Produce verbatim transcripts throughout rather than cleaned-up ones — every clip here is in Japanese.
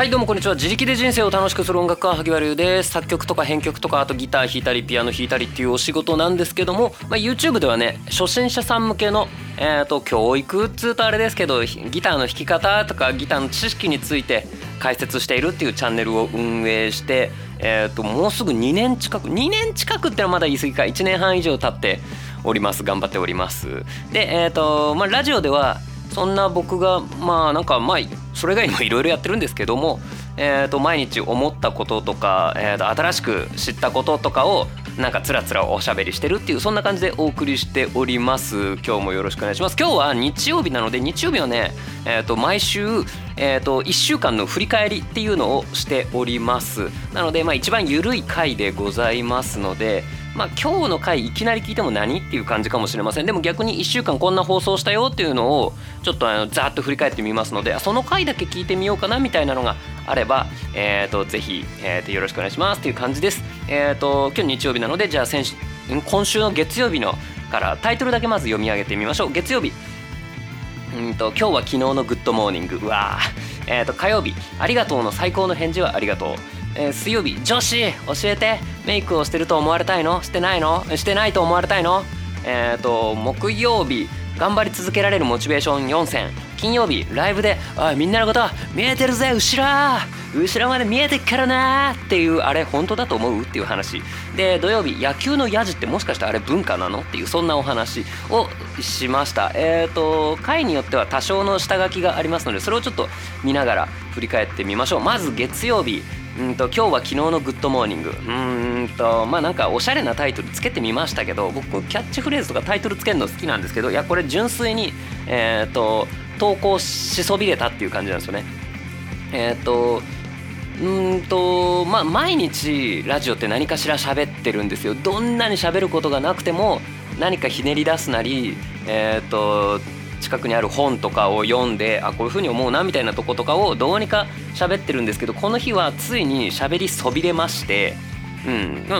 はい、どうもこんにちは。自力で人生を楽しくする音楽家萩原優です。作曲とか編曲とか、あとギター弾いたりピアノ弾いたりっていうお仕事なんですけども、まあ、YouTube ではね、初心者さん向けのえーと教育っつうとあれですけど、ギターの弾き方とかギターの知識について解説しているっていうチャンネルを運営して、えーともうすぐにねん近くにねん近くってのはまだ言い過ぎか、いちねんはん以上経っております。頑張っております。で、えーとまあ、ラジオではそんな僕がまあなんかまあそれ以外にもいろいろやってるんですけども、えーと毎日思ったこととか、えーと新しく知ったこととかをなんかつらつらおしゃべりしてるっていう、そんな感じでお送りしております。今日もよろしくお願いします。今日は日曜日なので、日曜日はね、えーと毎週、えーといっしゅうかんの振り返りっていうのをしております。なのでまあ一番緩い回でございますので、まあ今日の回いきなり聞いても何っていう感じかもしれません。でも逆にいっしゅうかんこんな放送したよっていうのをちょっとあのざーっと振り返ってみますので、その回だけ聞いてみようかなみたいなのがあれば、えーとぜひ、えーとよろしくお願いしますっていう感じです。えーと今日日曜日なので、じゃあ先週今週の月曜日のからタイトルだけまず読み上げてみましょう。月曜日、うんと今日は昨日のグッドモーニング、うわー、えーと火曜日、ありがとうの最高の返事はありがとう。えー、水曜日、女子教えて、メイクをしてると思われたいの？してないの？してないと思われたいの？えーと木曜日、頑張り続けられるモチベーションよんせん。金曜日、ライブでおいみんなのこと見えてるぜ、後ろ後ろまで見えてっからなっていう、あれ本当だと思うっていう話で、土曜日、野球のヤジってもしかしてあれ文化なのっていう、そんなお話をしました。えーと回によっては多少の下書きがありますので、それをちょっと見ながら振り返ってみましょう。まず月曜日、うんと今日は昨日のグッドモーニング、うーんとまあなんかおしゃれなタイトルつけてみましたけど、僕キャッチフレーズとかタイトルつけるの好きなんですけど、いやこれ純粋にえーと投稿しそびれたっていう感じなんですよね。えーとうーんとまあ毎日ラジオって何かしら喋ってるんですよ。どんなに喋ることがなくても何かひねり出すなり、えーと近くにある本とかを読んで、あこういう風に思うなみたいなとことかをどうにか喋ってるんですけど、この日はついに喋りそびれまして、うん、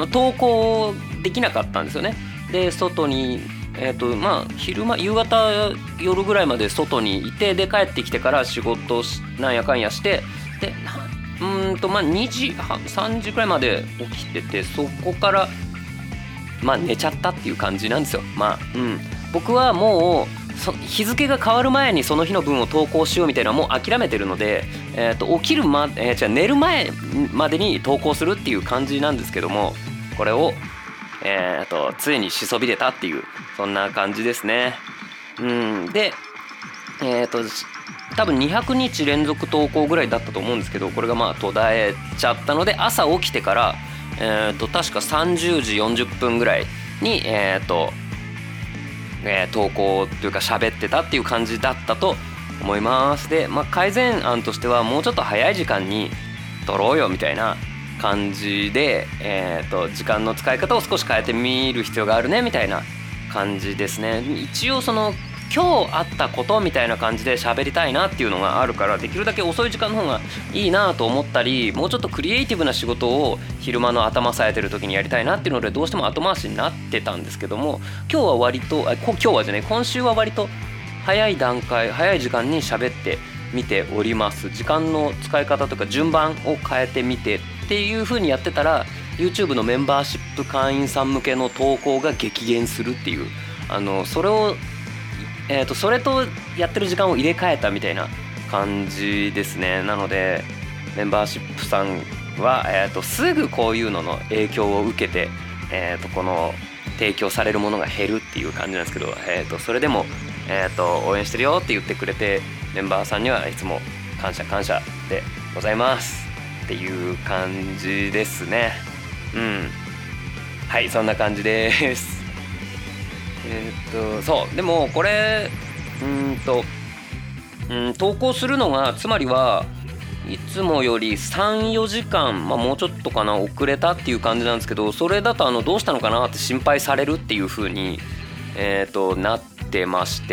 投稿できなかったんですよね。で外にえーとまあ、昼間夕方夜ぐらいまで外にいて、で帰ってきてから仕事なんやかんやして、でうーんとまあにじはんさんじくらいまで起きてて、そこからまあ寝ちゃったっていう感じなんですよ。まあうん僕はもう日付が変わる前にその日の分を投稿しようみたいなのはもう諦めてるので、えーと起きるま、えー、じゃあ寝る前までに投稿するっていう感じなんですけども、これをえーとついにしそびれたっていう、そんな感じですね。うんでえーと多分にひゃくにち連続投稿ぐらいだったと思うんですけど、これがまあ途絶えちゃったので、朝起きてから、えーと確かさんじゅうじよんじゅっぷんぐらいにえーとえー、投稿というか喋ってたっていう感じだったと思います。で、まあ、改善案としてはもうちょっと早い時間に撮ろうよみたいな感じで、えー、と時間の使い方を少し変えてみる必要があるねみたいな感じですね。一応その今日あったことみたいな感じで喋りたいなっていうのがあるから、できるだけ遅い時間の方がいいなと思ったり、もうちょっとクリエイティブな仕事を昼間の頭さえてる時にやりたいなっていうので、どうしても後回しになってたんですけども、今日は割とあ今日はじゃない今週は割と早い段階早い時間に喋ってみております。時間の使い方とか順番を変えてみてっていう風にやってたら、 YouTube のメンバーシップ会員さん向けの投稿が激減するっていう、あのそれをえーとそれとやってる時間を入れ替えたみたいな感じですね。なのでメンバーシップさんは、えーとすぐこういうのの影響を受けて、えーとこの提供されるものが減るっていう感じなんですけど、えーとそれでも、えーと応援してるよって言ってくれて、メンバーさんにはいつも感謝感謝でございますっていう感じですね。うんはいそんな感じです。えー、っとそうでもこれうーんとうん投稿するのがつまりはいつもよりさんよじかん、まあ、もうちょっとかな遅れたっていう感じなんですけど、それだとあのどうしたのかなって心配されるっていう風に、えー、っとなってまして、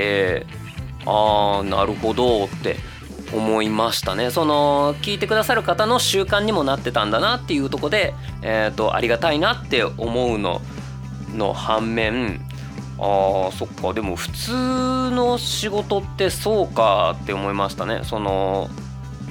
あーなるほどって思いましたね。その聞いてくださる方の習慣にもなってたんだなっていうところで、えー、とありがたいなって思うのの反面、あーそっかでも普通の仕事ってそうかって思いましたね。その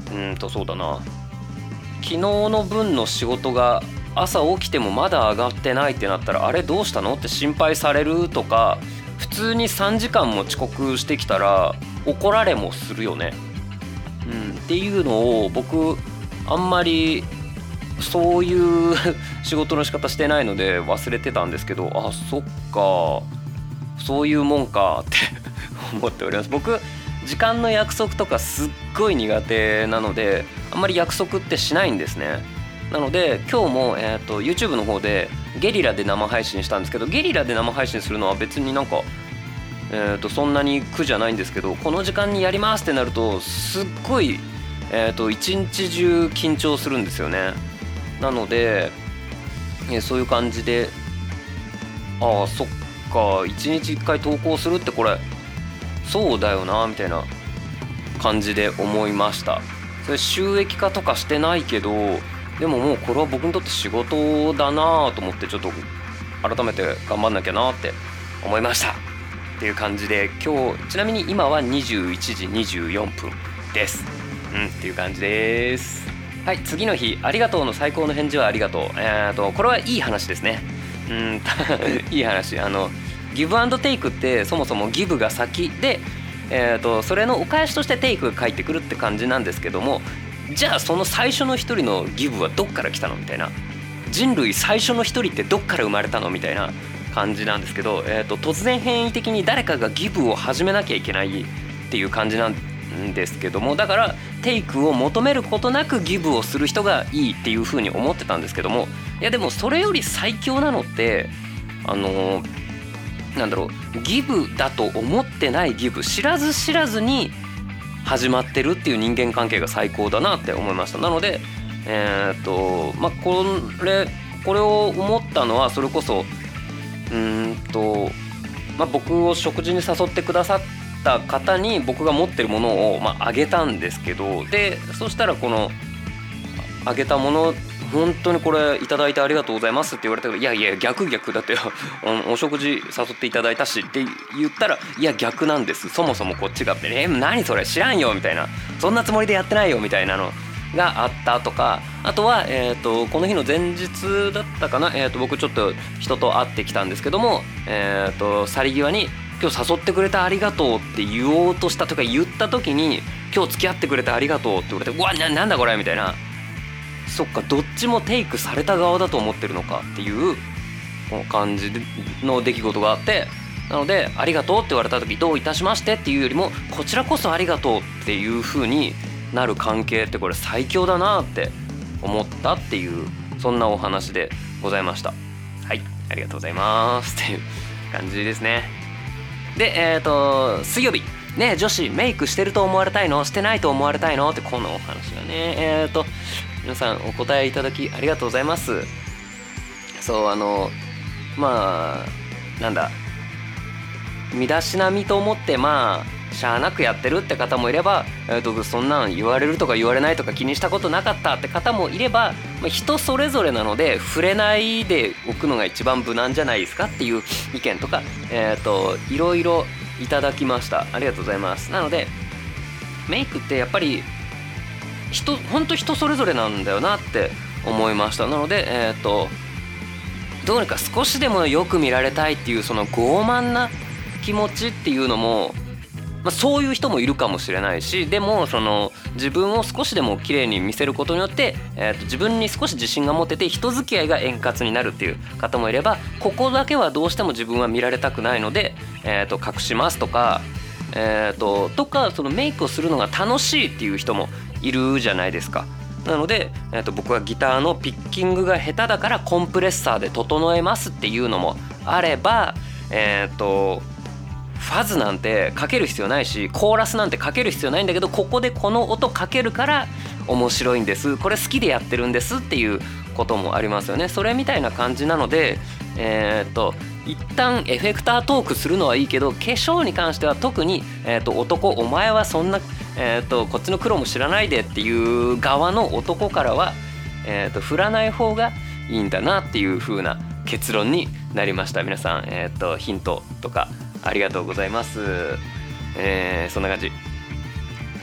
うんとそうだな、昨日の分の仕事が朝起きてもまだ上がってないってなったら、あれどうしたのって心配されるとか、普通にさんじかんも遅刻してきたら怒られもするよね、うん、っていうのを僕あんまりそういう仕事の仕方してないので忘れてたんですけど、あ、そっか、そういうもんかって思っております。僕時間の約束とかすっごい苦手なので、あんまり約束ってしないんですね。なので今日も、えーと、YouTube の方でゲリラで生配信したんですけど、ゲリラで生配信するのは別になんか、えーと、そんなに苦じゃないんですけど、この時間にやりますってなるとすっごい、えーと、一日中緊張するんですよね。なので、えー、そういう感じで、ああそっか、一日一回投稿するってこれそうだよなみたいな感じで思いました。それ収益化とかしてないけど、でももうこれは僕にとって仕事だなと思って、ちょっと改めて頑張んなきゃなって思いましたっていう感じで、今日ちなみに今はにじゅういちじにじゅうよんぷんですうんっていう感じです。はい、次の日ありがとうの最高の返事はありがとう。えーとこれはいい話ですね。うんいい話。あのギブアンドテイクってそもそもギブが先で、えーとそれのお返しとしてテイクが返ってくるって感じなんですけども、じゃあその最初の一人のギブはどっから来たのみたいな、人類最初の一人ってどっから生まれたのみたいな感じなんですけど、えーと突然変異的に誰かがギブを始めなきゃいけないっていう感じなんですけども、だからテイクを求めることなくギブをする人がいいっていう風に思ってたんですけども、いやでもそれより最強なのってあのーなんだろう、ギブだと思ってないギブ、知らず知らずに始まってるっていう人間関係が最高だなって思いました。なのでえー、っとまあこれこれを思ったのは、それこそうーんと、まあ、僕を食事に誘ってくださった方に僕が持ってるものを、まあ、あげたんですけど、でそしたらこのあげたもの本当にこれいただいてありがとうございますって言われたけど、いやいや逆逆だってお, お食事誘っていただいたしって言ったら、いや逆なんです、そもそもこっちがってえ何それ知らんよみたいな、そんなつもりでやってないよみたいなのがあったとか、あとは、えー、とこの日の前日だったかな、えー、と僕ちょっと人と会ってきたんですけども、えー、と去り際に今日誘ってくれてありがとうって言おうとしたとか言った時に、今日付き合ってくれてありがとうって言われて、うわ な, なんだこれみたいな、そっかどっちもテイクされた側だと思ってるのかっていう感じの出来事があって、なのでありがとうって言われた時、どういたしましてっていうよりも、こちらこそありがとうっていう風になる関係ってこれ最強だなって思ったっていう、そんなお話でございました。はい、ありがとうございますっていう感じですね。でえっと水曜日ね、女子メイクしてると思われたいのしてないと思われたいのって、このお話がね、えっと皆さんお答えいただきありがとうございます。そうあのまあなんだ身だしなみと思ってまあしゃあなくやってるって方もいれば、えー、とそんなん言われるとか言われないとか気にしたことなかったって方もいれば、まあ、人それぞれなので触れないでおくのが一番無難じゃないですかっていう意見とか、えー、といろいろいただきました。ありがとうございます。なのでメイクってやっぱり人本当人それぞれなんだよなって思いました。なのでえっ、ー、とどうにか少しでもよく見られたいっていうその傲慢な気持ちっていうのも、まあ、そういう人もいるかもしれないし、でもその自分を少しでも綺麗に見せることによって、えー、と自分に少し自信が持てて人付き合いが円滑になるっていう方もいれば、ここだけはどうしても自分は見られたくないので、えー、と隠しますとか、えー、ととかそのメイクをするのが楽しいっていう人もいるじゃないですか。なので、えー、と僕はギターのピッキングが下手だからコンプレッサーで整えますっていうのもあれば、えー、とファズなんてかける必要ないし、コーラスなんてかける必要ないんだけど、ここでこの音かけるから面白いんです、これ好きでやってるんですっていうこともありますよね。それみたいな感じなので、えー、っと一旦エフェクタートークするのはいいけど、化粧に関しては特に、えー、っと男お前はそんな、えー、っとこっちの苦労も知らないでっていう側の男からは、えー、っと振らない方がいいんだなっていう風な結論になりました。皆さん、えー、っとヒントとかありがとうございます。えー、そんな感じ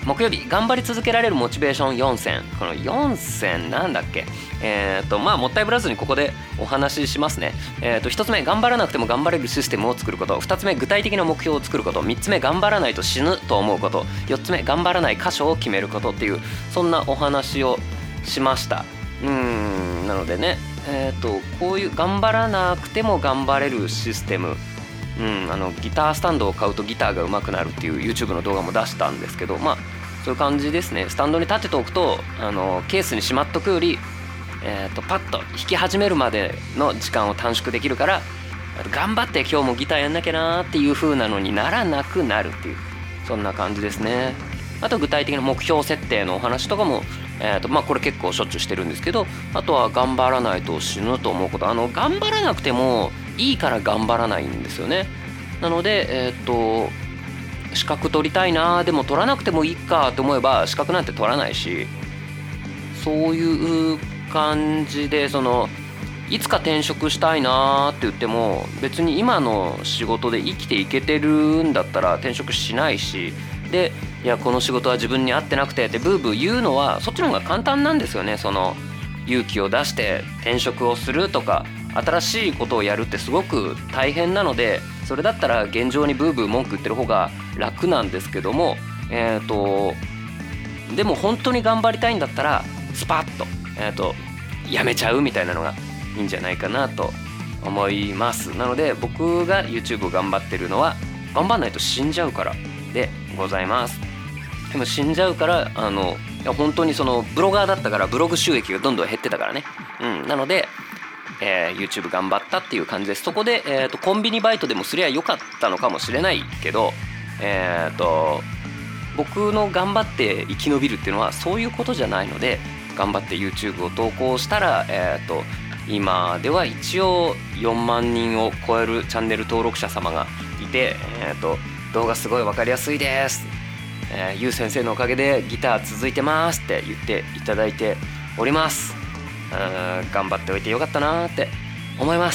木曜日頑張り続けられるモチベーションよんせん。このよんせんなんだっけ、えー、っとまあもったいぶらずにここでお話ししますね。えー、っとひとつめ、頑張らなくても頑張れるシステムを作ること。ふたつめ、具体的な目標を作ること。みっつめ、頑張らないと死ぬと思うこと。よっつめ、頑張らない箇所を決めることっていう、そんなお話をしました。うーんなのでね、えー、っとこういう頑張らなくても頑張れるシステム、うん、あのギタースタンドを買うとギターが上手くなるっていう YouTube の動画も出したんですけど、まあそういう感じですね。スタンドに立てておくと、あのケースにしまっとくより、えー、とパッと弾き始めるまでの時間を短縮できるから、頑張って今日もギターやんなきゃなーっていう風なのにならなくなるっていう、そんな感じですね。あと具体的な目標設定のお話とかも、えーとまあ、これ結構しょっちゅうしてるんですけど、あとは頑張らないと死ぬと思うこと。あの頑張らなくてもいいから頑張らないんですよね。なのでえっ、ー、と資格取りたいな、でも取らなくてもいいかと思えば資格なんて取らないし、そういう感じで、そのいつか転職したいなって言っても別に今の仕事で生きていけてるんだったら転職しないし、でいやこの仕事は自分に合ってなくてってブーブー言うのはそっちの方が簡単なんですよね。その勇気を出して転職をするとか新しいことをやるってすごく大変なので、それだったら現状にブーブー文句言ってる方が楽なんですけども、えーとでも本当に頑張りたいんだったらスパッと、えーとやめちゃうみたいなのがいいんじゃないかなと思います。なので僕が YouTube を頑張ってるのは頑張んないと死んじゃうからでございます。でも死んじゃうからあのいや本当にそのブロガーだったからブログ収益がどんどん減ってたからね、うん、なので、えー、YouTube 頑張ったっていう感じです。そこで、えー、とコンビニバイトでもすりゃよかったのかもしれないけど、えー、と僕の頑張って生き延びるっていうのはそういうことじゃないので、頑張って YouTube を投稿したら、えー、と今では一応よんまんにんを超えるチャンネル登録者様がいて、えー、と動画すごい分かりやすいです、えー、ゆう先生のおかげでギター続いてますって言っていただいております。うん頑張っておいてよかったなって思います。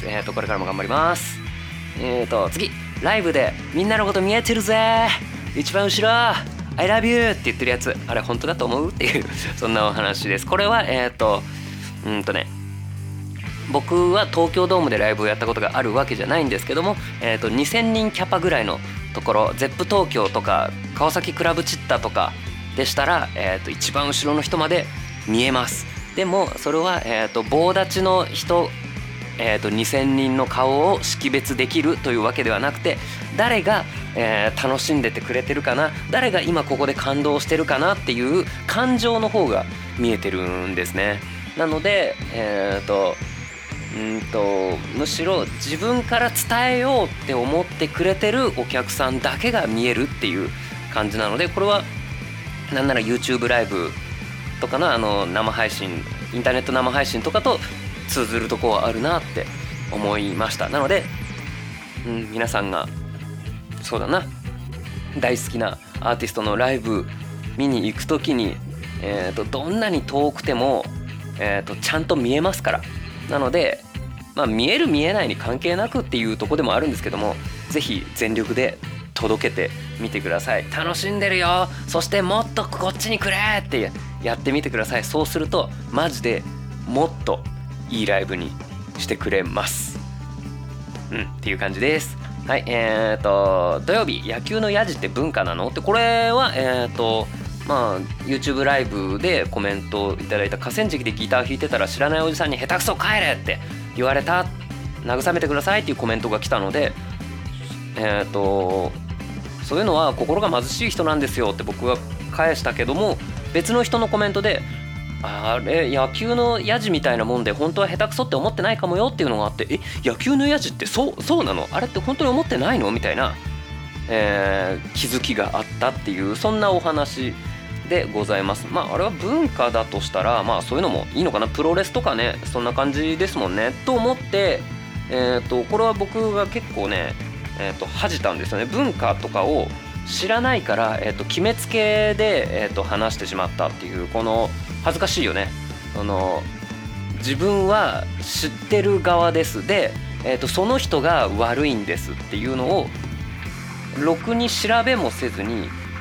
えー、とこれからも頑張ります。えー、と次ライブでみんなのこと見えてるぜ一番後ろI love you って言ってるやつ、あれ本当だと思うっていうそんなお話です。これはえっ、ー、とうんとね僕は東京ドームでライブをやったことがあるわけじゃないんですけども、えー、とにせんにんキャパぐらいのところ、ゼップ東京とか川崎クラブチッタとかでしたら、えー、と一番後ろの人まで見えます。でもそれは、えー、と棒立ちの人、えー、とにせんにんの顔を識別できるというわけではなくて、誰が、えー、楽しんでてくれてるかな、誰が今ここで感動してるかなっていう感情の方が見えてるんですね。なので、えー、とうんとむしろ自分から伝えようって思ってくれてるお客さんだけが見えるっていう感じなので、これはなんなら YouTube ライブとかのあの生配信、インターネット生配信とかと通ずるとこはあるなって思いました。なので、うん、皆さんがそうだな大好きなアーティストのライブ見に行くときに、えー、とどんなに遠くても、えー、とちゃんと見えますから。なので、まあ、見える見えないに関係なくっていうとこでもあるんですけども、ぜひ全力で届けてみてください。楽しんでるよ、そしてもっとこっちにくれってやってみてください。そうするとマジでもっといいライブにしてくれます。うんっていう感じです。はい、えーと土曜日野球のヤジって文化なのって、これはえーとまあ YouTube ライブでコメントいただいた、河川敷でギター弾いてたら知らないおじさんに下手くそ帰れって言われた、慰めてくださいっていうコメントが来たので、えーとそういうのは心が貧しい人なんですよって僕は返したけども、別の人のコメントであれ野球のヤジみたいなもんで本当は下手くそって思ってないかもよっていうのがあって、え野球のヤジってそうそうなのあれって本当に思ってないのみたいな、えー、気づきがあったっていう、そんなお話でございます。まああれは文化だとしたら、まあそういうのもいいのかな、プロレスとかねそんな感じですもんねと思って、えーとこれは僕が結構ねえーと恥じたんですよね。文化とかを知らないから、えーと決めつけで、えーと話してしまったっていう、この恥ずかしいよね。あの自分は知ってる側ですで、えーとその人が悪いんですっていうのをろくに調べもせずに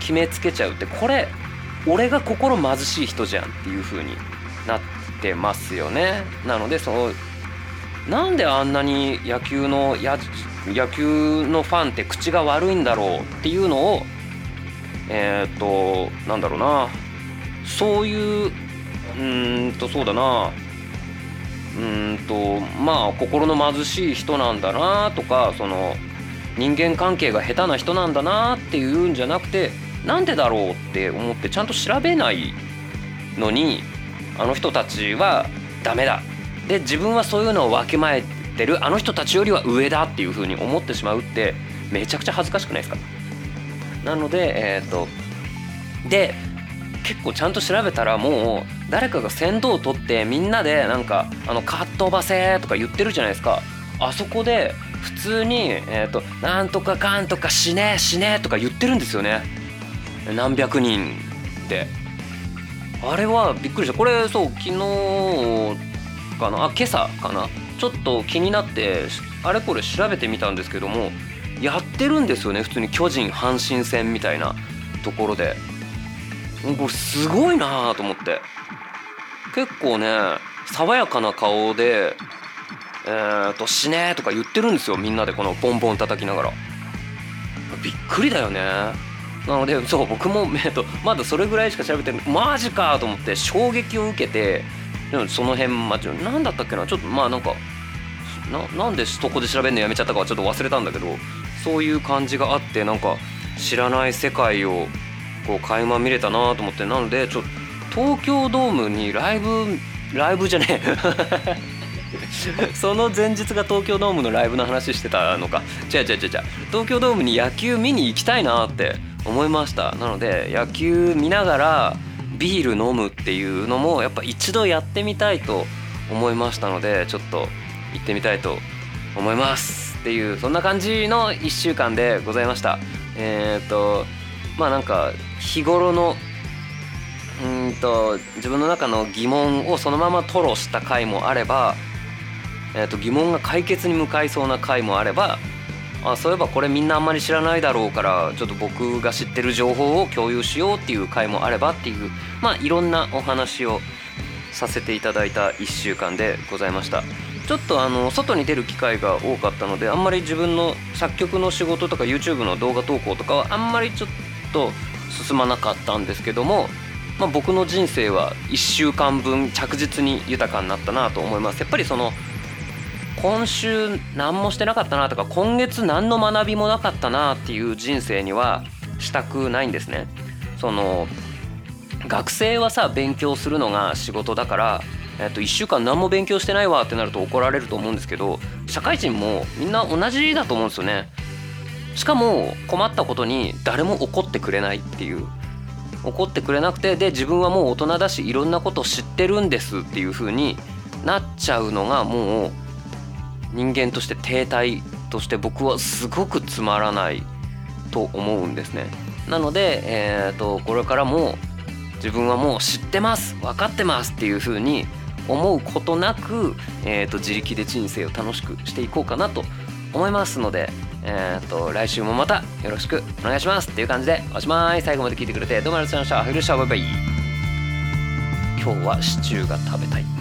決めつけちゃうって、これ俺が心貧しい人じゃんっていう風になってますよね。なのでそのなんであんなに野球のや野球のファンって口が悪いんだろうっていうのをえー、っとなんだろうなそういううーんとそうだなうーんとまあ心の貧しい人なんだなとか、その人間関係が下手な人なんだなっていうんじゃなくて、なんでだろうって思ってちゃんと調べないのに、あの人たちはダメだで自分はそういうのをわきまえてるあの人たちよりは上だっていう風に思ってしまうってめちゃくちゃ恥ずかしくないですか。なのでえっとで結構ちゃんと調べたら、もう誰かが先導を取ってみんなでなんかあのカットばせとか言ってるじゃないですか。あそこで普通にえっとなんとかかんとか死ね死ねとか言ってるんですよね、何百人で。あれはびっくりした。これそう昨日かなあ今朝かなちょっと気になってあれこれ調べてみたんですけども、やってるんですよね、普通に巨人阪神戦みたいなところで。これすごいなと思って、結構ね爽やかな顔でえーと死ねとか言ってるんですよ、みんなでこのボンボン叩きながら。びっくりだよね。なのでそう僕も、えっと、まだそれぐらいしか調べてない、マジかと思って衝撃を受けて、でもその辺まじ何だったっけな、ちょっとまあなんか な, なんでそこで調べるのやめちゃったかはちょっと忘れたんだけど、そういう感じがあって、なんか知らない世界をこう垣間見れたなと思って。なのでちょっと東京ドームにライブライブじゃねえその前日が東京ドームのライブの話してたのか。違う違う違う違う東京ドームに野球見に行きたいなって思いました。なので野球見ながらビール飲むっていうのもやっぱ一度やってみたいと思いましたので、ちょっと行ってみたいと思いますっていう、そんな感じのいっしゅうかんでございました。えー、っとまあなんか日頃のうーんと自分の中の疑問をそのまま吐露した回もあれば、えー、と疑問が解決に向かいそうな回もあれば、あそういえばこれみんなあんまり知らないだろうからちょっと僕が知ってる情報を共有しようっていう回もあればっていう、まあいろんなお話をさせていただいたいっしゅうかんでございました。ちょっとあの外に出る機会が多かったので、あんまり自分の作曲の仕事とか YouTube の動画投稿とかはあんまりちょっと進まなかったんですけども、まあ、僕の人生はいっしゅうかんぶん着実に豊かになったなと思います。やっぱりその今週何もしてなかったなとか、今月何の学びもなかったなっていう人生にはしたくないんですね。その学生はさ勉強するのが仕事だから、えっと、いっしゅうかん何も勉強してないわってなると怒られると思うんですけど、社会人もみんな同じだと思うんですよね。しかも困ったことに誰も怒ってくれないっていう、怒ってくれなくて、で自分はもう大人だしいろんなことを知ってるんですっていう風になっちゃうのがもう人間として停滞として僕はすごくつまらないと思うんですね。なので、えー、とこれからも自分はもう知ってます分かってますっていう風に思うことなく、えー、と自力で人生を楽しくしていこうかなと思いますので、えー、と来週もまたよろしくお願いしますっていう感じでおしまい。最後まで聞いてくれてどうもありがとうございました。ハイルシャーバイバイ。今日はシチューが食べたい。